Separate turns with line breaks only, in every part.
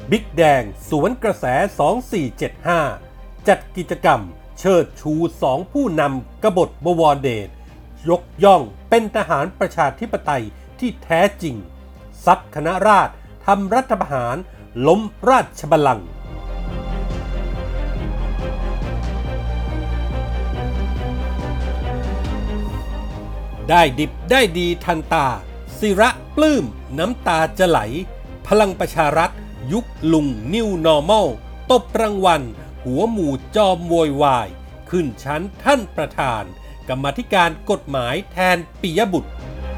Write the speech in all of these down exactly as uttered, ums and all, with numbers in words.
บิ๊กแดงสวนกระแสสองสี่เจ็ดห้าจัดกิจกรรมเชิดชูสองผู้นำกบฏบวรเดชยกย่องเป็นทหารประชาธิปไตยที่แท้จริงซัดคณะราษฎรทำรัฐประหารล้มราชบัลลังก์ได้ดิบได้ดีทันตาศิระปลื้มน้ำตาจะไหลพลังประชารัฐยุคลุงนิวนอร์มัลตบรางวัลหัวหมู่จอมโวยวายขึ้นชั้นท่านประธานกรรมาธิการกฎหมายแทนปิยบุตร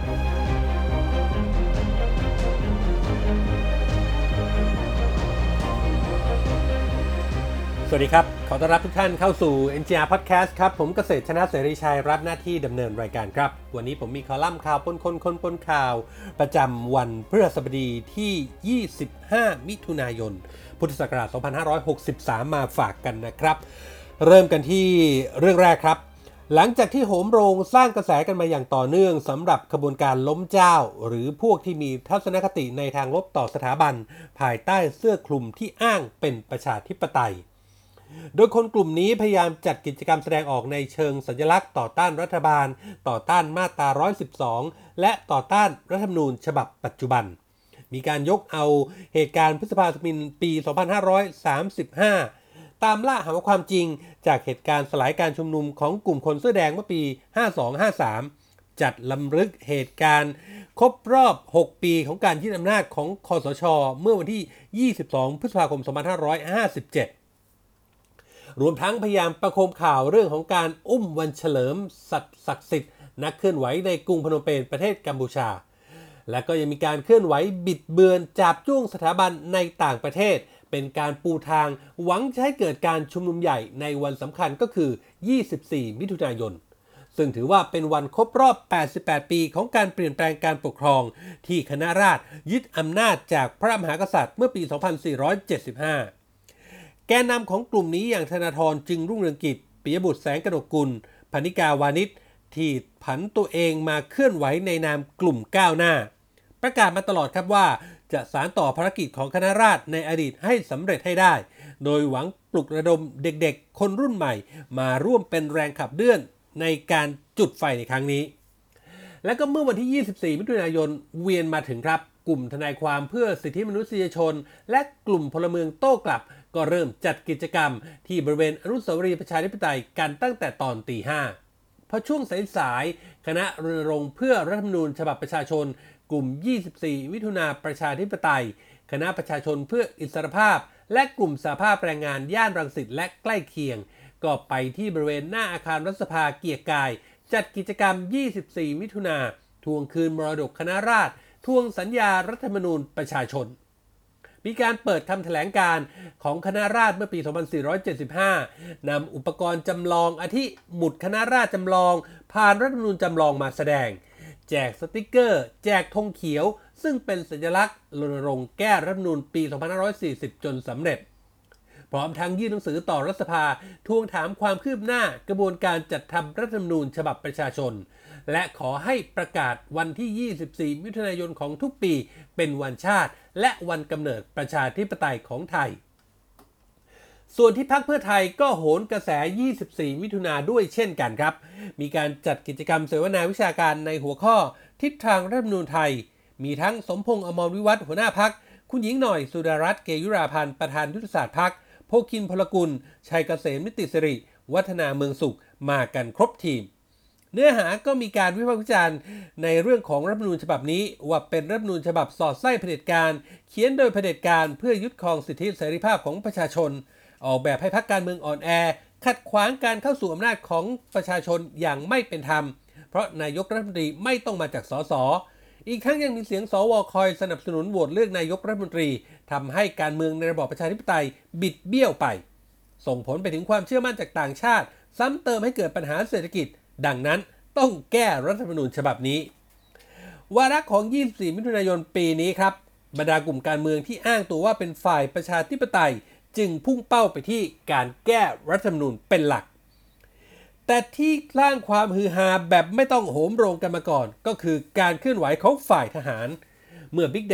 สวัสดีครับขอต้อนรับทุกท่านเข้าสู่ เอ็น จี อาร์ Podcast ครับผมเกษตรชนะเสรีชัยรับหน้าที่ดำเนินรายการครับวันนี้ผมมีคอลัมน์ข่าวปนคนคนปนข่าวประจำวันพฤหัสบดีที่ยี่สิบห้ามิถุนายนพุทธศักราชสองพันห้าร้อยหกสิบสามมาฝากกันนะครับเริ่มกันที่เรื่องแรกครับหลังจากที่โหมโรงสร้างกระแสกันมาอย่างต่อเนื่องสำหรับขบวนการล้มเจ้าหรือพวกที่มีทัศนคติในทางลบต่อสถาบันภายใต้เสื้อคลุมที่อ้างเป็นประชาธิปไตยโดยคนกลุ่มนี้พยายามจัดกิจกรรมแสดงออกในเชิงสัญลักษณ์ต่อต้านรัฐบาลต่อต้านมาตราหนึ่งร้อยสิบสองและต่อต้านรัฐธรรมนูญฉบับปัจจุบันมีการยกเอาเหตุการณ์พฤษภาคมปีสองพันห้าร้อยสามสิบห้าตามล่าหาความจริงจากเหตุการณ์สลายการชุมนุมของกลุ่มคนเสื้อแดงเมื่อปีห้าสองห้าสามจัดลำลึกเหตุการณ์ครบรอบหกปีของการยึดอำนาจของคสช.เมื่อวันที่ยี่สิบสองพฤษภาคมสองพันห้าร้อยห้าสิบเจ็ดรวมทั้งพยายามประโคมข่าวเรื่องของการอุ้มวันเฉลิมสัตย์ศักดิ์สิทธิ์นักเคลื่อนไหวในกรุงพนมเปญประเทศกัมพูชาและก็ยังมีการเคลื่อนไหวบิดเบือนจาบจ้วงสถาบันในต่างประเทศเป็นการปูทางหวังจะให้เกิดการชุมนุมใหญ่ในวันสำคัญก็คือยี่สิบสี่มิถุนายนซึ่งถือว่าเป็นวันครบรอบแปดสิบแปดปีของการเปลี่ยนแปลงการปกครองที่คณะราษฎรยึดอำนาจจากพระมหากษัตริย์เมื่อปีสองพันสี่ร้อยเจ็ดสิบห้าแกนนำของกลุ่มนี้อย่างธนาธรจึงรุ่งเรืองกิจปิยบุตรแสงกนกกุลพนิกาวานิชที่ผันตัวเองมาเคลื่อนไหวในนามกลุ่มก้าวหน้าประกาศมาตลอดครับว่าจะสานต่อภารกิจของคณะราษฎรในอดีตให้สำเร็จให้ได้โดยหวังปลุกระดมเด็กๆคนรุ่นใหม่มาร่วมเป็นแรงขับเคลื่อนในการจุดไฟในครั้งนี้และก็เมื่อวันที่ยี่สิบสี่มิถุนายนเวียนมาถึงครับกลุ่มทนายความเพื่อสิทธิมนุษยชนและกลุ่มพลเมืองโต้กลับก็เริ่มจัดกิจกรรมที่บริเวณอนุสาวรีย์ประชาธิปไตยกันตั้งแต่ตอนตีห้าพอช่วงสายๆคณะรณรงค์เพื่อรัฐธรรมนูญฉบับประชาชนกลุ่มยี่สิบสี่มิถุนาประชาธิปไตยคณะประชาชนเพื่ออิสรภาพและกลุ่มสหภาพแรงงานย่านรังสิตและใกล้เคียงก็ไปที่บริเวณหน้าอาคารรัฐสภาเกียรติกายจัดกิจกรรมยี่สิบสี่มิถุนาทวงคืนมรดกคณะราษฎรทวงสัญญารัฐธรรมนูญประชาชนมีการเปิดคำแถลงการของคณะราษฎรเมื่อปีสองพันสี่ร้อยเจ็ดสิบห้านำอุปกรณ์จำลองอาทิหมุดคณะราษฎรจำลองผ่านรัฐธรรมนูญจำลองมาแสดงแจกสติกเกอร์แจกธงเขียวซึ่งเป็นสัญลักษณ์รณรงค์แก้รัฐธรรมนูญปีสองพันห้าร้อยสี่สิบจนสำเร็จพร้อมทั้งยื่นหนังสือต่อรัฐสภาทวงถามความคืบหน้ากระบวนการจัดทำรัฐธรรมนูญฉบับประชาชนและขอให้ประกาศวันที่ยี่สิบสี่มิถุนายนของทุกปีเป็นวันชาติและวันกำเนิดประชาธิปไตยของไทยส่วนที่พรรคเพื่อไทยก็โหนกระแสยี่สิบสี่มิถุนาด้วยเช่นกันครับมีการจัดกิจกรรมเสวนาวิชาการในหัวข้อทิศทางรัฐธรรมนูญไทยมีทั้งสมพงษ์อมรวิวัฒน์หัวหน้าพรรคคุณหญิงหน่อยสุดารัตน์เกยุราพันธ์ประธานยุทธศาสตร์พรรคโภคินพลกุลชัยเกษมนิติสิริวัฒนาเมืองสุขมากันครบทีมเนื้อหาก็มีการวิพากษ์วิจารณ์ในเรื่องของรัฐธรรมนูญฉบับนี้ว่าเป็นรัฐธรรมนูญฉบับสอดไส้เผด็จการเขียนโดยเผด็จการเพื่อยึดครองสิทธิเสรีภาพของประชาชนออกแบบให้พรรคการเมืองอ่อนแอขัดขวางการเข้าสู่อำนาจของประชาชนอย่างไม่เป็นธรรมเพราะนายกรัฐมนตรีไม่ต้องมาจากสสอีกทั้งยังมีเสียงสวคอยสนับสนุนโหวตเลือกนายกรัฐมนตรีทำให้การเมืองในระบอบประชาธิปไตยบิดเบี้ยวไปส่งผลไปถึงความเชื่อมั่นจากต่างชาติซ้ำเติมให้เกิดปัญหาเศรษฐกิจดังนั้นต้องแก้รัฐธรรมนูญฉบับนี้วาระของยี่สิบสี่มิถุนายนปีนี้ครับบรรดากลุ่มการเมืองที่อ้างตัวว่าเป็นฝ่ายประชาธิปไตยจึงพุ่งเป้าไปที่การแก้รัฐธรรมนูญเป็นหลักแต่ที่สร้างความฮือฮาแบบไม่ต้องโหมโรงกันมาก่อนก็คือการเคลื่อนไหวของฝ่ายทหารเมื่อบิ๊กแดง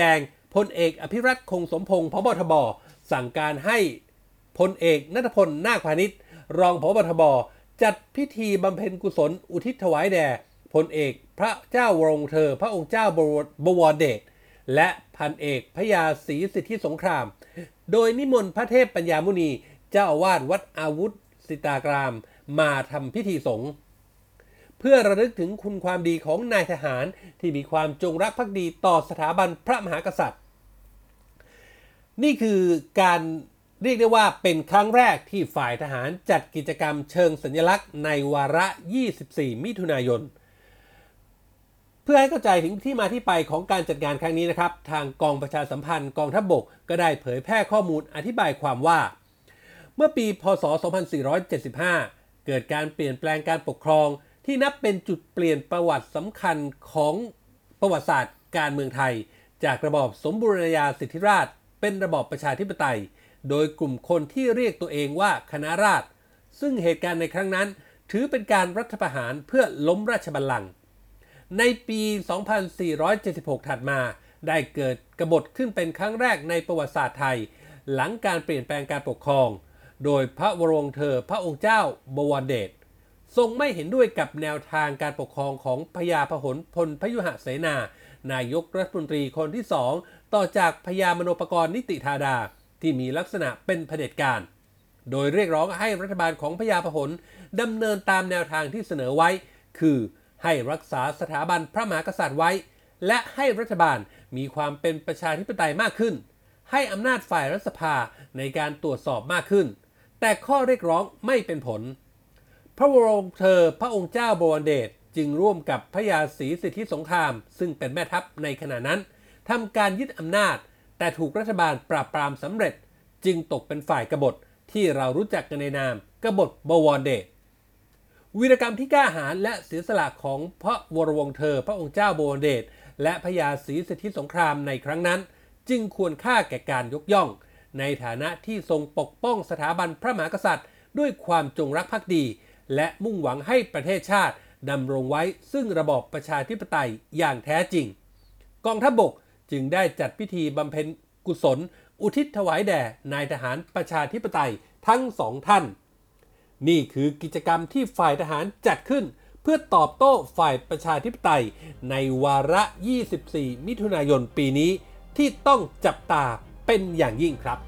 พลเอกอภิรัตคงสมพงศ์ผบ.ทบ.สั่งการให้พลเอกณัฐพลนาคพานิชรองผบ.ทบ.จัดพิธีบำเพ็ญกุศลอุทิศถวายแด่พลเอกพระเจ้าวรวงเธอพระองค์เจ้าบวรเดชและพันเอกพระยาศรีสิทธิสงครามโดยนิมนต์พระเทพปัญญามุนีเจ้าอาวาสวัดอาวุธสิตากรามมาทำพิธีสงฆ์เพื่อระลึกถึงคุณความดีของนายทหารที่มีความจงรักภักดีต่อสถาบันพระมหากษัตริย์นี่คือการเรียกได้ว่าเป็นครั้งแรกที่ฝ่ายทหารจัดกิจกรรมเชิงสัญลักษณ์ในวาระยี่สิบสี่มิถุนายนเพื่อให้เข้าใจถึงที่มาที่ไปของการจัดงานครั้งนี้นะครับทางกองประชาสัมพันธ์กองทัพบกก็ได้เผยแพร่ข้อมูลอธิบายความว่าเมื่อปีพ.ศ. สองพันสี่ร้อยเจ็ดสิบห้าเกิดการเปลี่ยนแปลงการปกครองที่นับเป็นจุดเปลี่ยนประวัติสำคัญของประวัติศาสตร์การเมืองไทยจากระบอบสมบูรณาญาสิทธิราชย์เป็นระบอบประชาธิปไตยโดยกลุ่มคนที่เรียกตัวเองว่าคณะราษฎรซึ่งเหตุการณ์ในครั้งนั้นถือเป็นการรัฐประหารเพื่อล้มราชบัลลังก์ในปี สองพันสี่ร้อยเจ็ดสิบหก ถัดมาได้เกิดกบฏขึ้นเป็นครั้งแรกในประวัติศาสตร์ไทยหลังการเปลี่ยนแปลงการปกครองโดยพระวรวงเธอพระองค์เจ้าบวรเดชทรงไม่เห็นด้วยกับแนวทางการปกครองของพญาพหลพลพยุหเสนานายกรัฐมนตรีคนที่สองต่อจากพญามโนปกรณ์นิติธาดาที่มีลักษณะเป็นเผด็จการโดยเรียกร้องให้รัฐบาลของพญาพหลดำเนินตามแนวทางที่เสนอไว้คือให้รักษาสถาบันพระมหากษัตริย์ไว้และให้รัฐบาลมีความเป็นประชาธิปไตยมากขึ้นให้อำนาจฝ่ายรัฐสภาในการตรวจสอบมากขึ้นแต่ข้อเรียกร้องไม่เป็นผลพระวรวงเธอพระองค์เจ้าบวรเดชจึงร่วมกับพระยาศรีสิทธิสงครามซึ่งเป็นแม่ทัพในขณะนั้นทำการยึดอำนาจแต่ถูกรัฐบาลปราบปรามสำเร็จจึงตกเป็นฝ่ายกบฏที่เรารู้จักกันในนามกบฏบวรเดชวีรกรรมที่กล้าหาญและเสียสละของพระวรวงเธอพระองค์เจ้าบวรเดชและพระยาศรีสิทธิสงครามในครั้งนั้นจึงควรค่าแก่การยกย่องในฐานะที่ทรงปกป้องสถาบันพระมหากษัตริย์ด้วยความจงรักภักดีและมุ่งหวังให้ประเทศชาติดำรงไว้ซึ่งระบอบประชาธิปไตยอย่างแท้จริงกองทัพบกจึงได้จัดพิธีบำเพ็ญกุศลอุทิศถวายแด่นายทหารประชาธิปไตยทั้งสองท่านนี่คือกิจกรรมที่ฝ่ายทหารจัดขึ้นเพื่อตอบโต้ฝ่ายประชาธิปไตยในวาระยี่สิบสี่มิถุนายนปีนี้ที่ต้องจับตาเป็นอย่างยิ่งครับ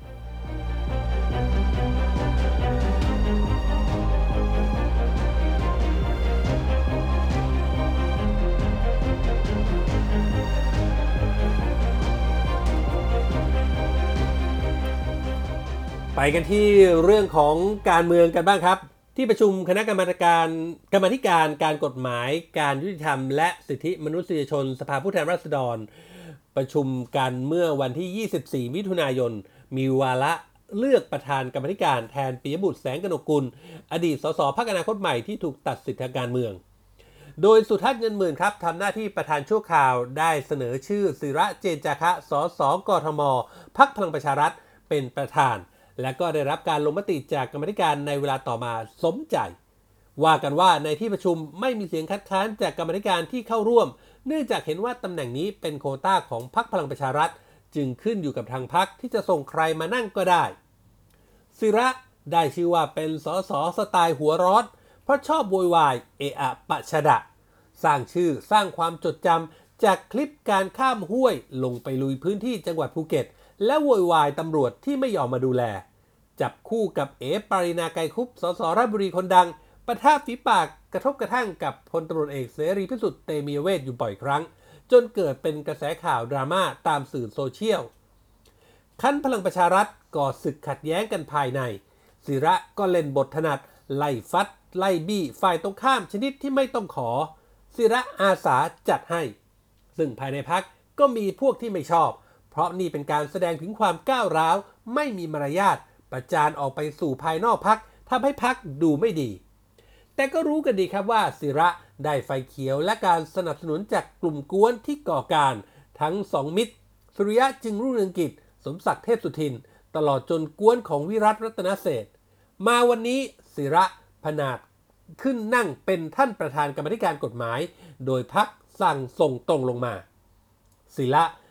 ไปกันที่เรื่องของการเมืองกันบ้างครับที่ประชุมคณะกรรมการกรรมาธิการการกฎหมายการยุติธรรมและสิทธิมนุษยชนสภาผู้แทนราษฎรประชุมกันเมื่อวันที่ยี่สิบสี่มิถุนายนมีวาระเลือกประธานกรรมาธิการแทนปิยบุตรแสงกนกกุลอดีตสสพรรคอนาคตใหม่ที่ถูกตัดสิทธิทางการเมืองโดยสุทัศน์เงินหมื่นครับทำหน้าที่ประธานชั่วคราวได้เสนอชื่อศิระเจนจาคะสสกทมพรรคพลังประชารัฐเป็นประธานและก็ได้รับการลงมติจากกรรมาธิการในเวลาต่อมาสมใจว่ากันว่าในที่ประชุมไม่มีเสียงคัดค้านจากกรรมาธิการที่เข้าร่วมเนื่องจากเห็นว่าตำแหน่งนี้เป็นโควต้าของพรรคพลังประชารัฐจึงขึ้นอยู่กับทางพรรคที่จะส่งใครมานั่งก็ได้ศิระได้ชื่อว่าเป็นสสสไตล์หัวร้อนเพราะชอบโวยวายเอะอะปะชะดะสร้างชื่อสร้างความจดจำจากคลิปการข้ามห้วยลงไปลุยพื้นที่จังหวัดภูเก็ตและโวยวายตำรวจที่ไม่ยอมมาดูแลจับคู่กับเอ๋ปรินาไกรคุปสสราชบุรีคนดังปะทะฝีปากกระทบกระทั่งกับพลตำรวจเอกเสรีพิสุทธิ์เตมียเวทอยู่บ่อยครั้งจนเกิดเป็นกระแสข่าวดราม่าตามสื่อโซเชียลขั้นพลังประชารัฐก่อศึกขัดแย้งกันภายในศิระก็เล่นบทถนัดไล่ฟัดไล่บี้ฝ่ายตรงข้ามชนิดที่ไม่ต้องขอศิระอาสาจัดให้ซึ่งภายในพรรคก็มีพวกที่ไม่ชอบเพราะนี่เป็นการแสดงถึงความก้าวร้าวไม่มีมารยาทประจานออกไปสู่ภายนอกพรรคทำให้พรรคดูไม่ดีแต่ก็รู้กันดีครับว่าศิระได้ไฟเขียวและการสนับสนุนจากกลุ่มกวนที่ก่อการทั้งสองมิตรสุริยะจึงรุ่งเรืองกิจสมศักดิ์เทพสุทินตลอดจนกวนของวิรัตรัตนเศรษฐ์มาวันนี้ศิระพนาดขึ้นนั่งเป็นท่านประธานกรรมาธิการกฎหมายโดยพรรคสั่งส่งตรงลงมาศิระ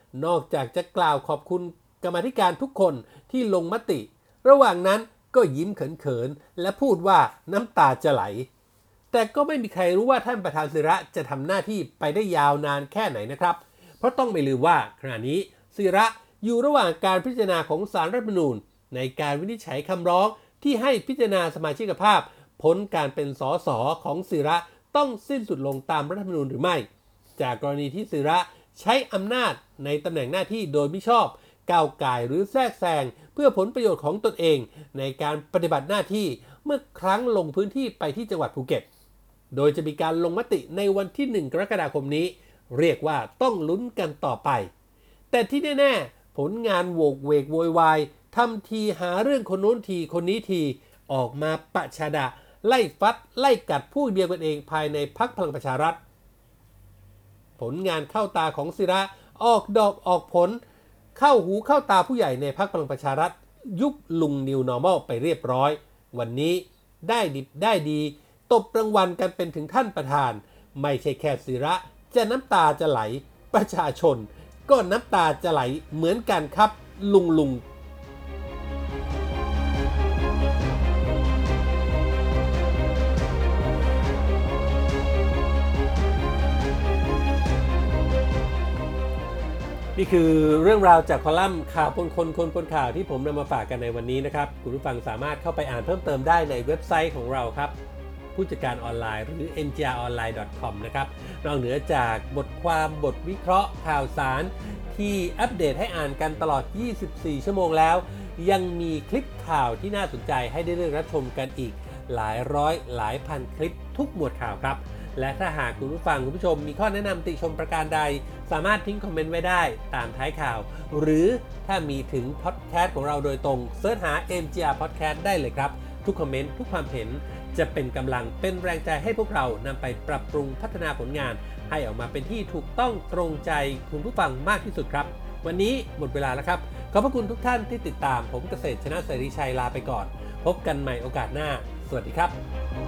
นอกจากจะกล่าวขอบคุณกรรมาธิการทุกคนที่ลงมติระหว่างนั้นก็ยิ้มเขินๆและพูดว่าน้ำตาจะไหลแต่ก็ไม่มีใครรู้ว่าท่านประธานศิระจะทำหน้าที่ไปได้ยาวนานแค่ไหนนะครับเพราะต้องไม่ลืมว่าขณะนี้ศิระอยู่ระหว่างการพิจารณาของศาลรัฐธรรมนูญในการวินิจฉัยคำร้องที่ให้พิจารณาสมาชิกภาพพ้นการเป็นสสของศิระต้องสิ้นสุดลงตามรัฐธรรมนูญหรือไม่จากกรณีที่ศิระใช้อำนาจในตำแหน่งหน้าที่โดยมิชอบก้าวก่ายหรือแทรกแซงเพื่อผลประโยชน์ของตนเองในการปฏิบัติหน้าที่เมื่อครั้งลงพื้นที่ไปที่จังหวัดภูเก็ตโดยจะมีการลงมติในวันที่หนึ่งกรกฎาคมนี้เรียกว่าต้องลุ้นกันต่อไปแต่ที่แน่ๆผลงานโวกเวกโวยวายทำทีหาเรื่องคนโน้นทีคนนี้ทีออกมาปะชาดะไล่ฟัดไล่กัดผู้เดียวกันเองภายในพรรคพลังประชารัฐผลงานเข้าตาของศิระออกดอกออกผลเข้าหูเข้าตาผู้ใหญ่ในพรรคพลังประชารัฐยุคลุง New Normal ไปเรียบร้อยวันนี้ได้ดิบได้ดีตบรางวัลกันเป็นถึงท่านประธานไม่ใช่แค่ศิระจะน้ำตาจะไหลประชาชนก็น้ำตาจะไหลเหมือนกันครับลุงลุงนี่คือเรื่องราวจากคอลัมน์ข่าวปนคนคนปนข่าวที่ผมนำมาฝากกันในวันนี้นะครับคุณผู้ฟังสามารถเข้าไปอ่านเพิ่มเติมได้ในเว็บไซต์ของเราครับผู้จัดการออนไลน์หรือ เอ็น จี อาร์ ออนไลน์ ดอท คอม นะครับนอกเหนือจากบทความบทวิเคราะห์ข่าวสารที่อัปเดตให้อ่านกันตลอดยี่สิบสี่ชั่วโมงแล้วยังมีคลิปข่าวที่น่าสนใจให้ได้เลือกรับชมกันอีกหลายร้อยหลายพันคลิปทุกหมวดข่าวครับและถ้าหากคุณผู้ฟังคุณผู้ชมมีข้อแนะนำติชมประการใดสามารถทิ้งคอมเมนต์ไว้ได้ตามท้ายข่าวหรือถ้ามีถึงพอดแคสต์ของเราโดยตรงเสิร์ชหา เอ็ม จี อาร์ Podcast ได้เลยครับทุกคอมเมนต์ทุกความเห็นจะเป็นกำลังเป็นแรงใจให้พวกเรานำไปปรับปรุงพัฒนาผลงานให้ออกมาเป็นที่ถูกต้องตรงใจคุณผู้ฟังมากที่สุดครับวันนี้หมดเวลาแล้วครับขอบพระคุณทุกท่านที่ติดตามผมเกษตรชนะเสรีชัยลาไปก่อนพบกันใหม่โอกาสหน้าสวัสดีครับ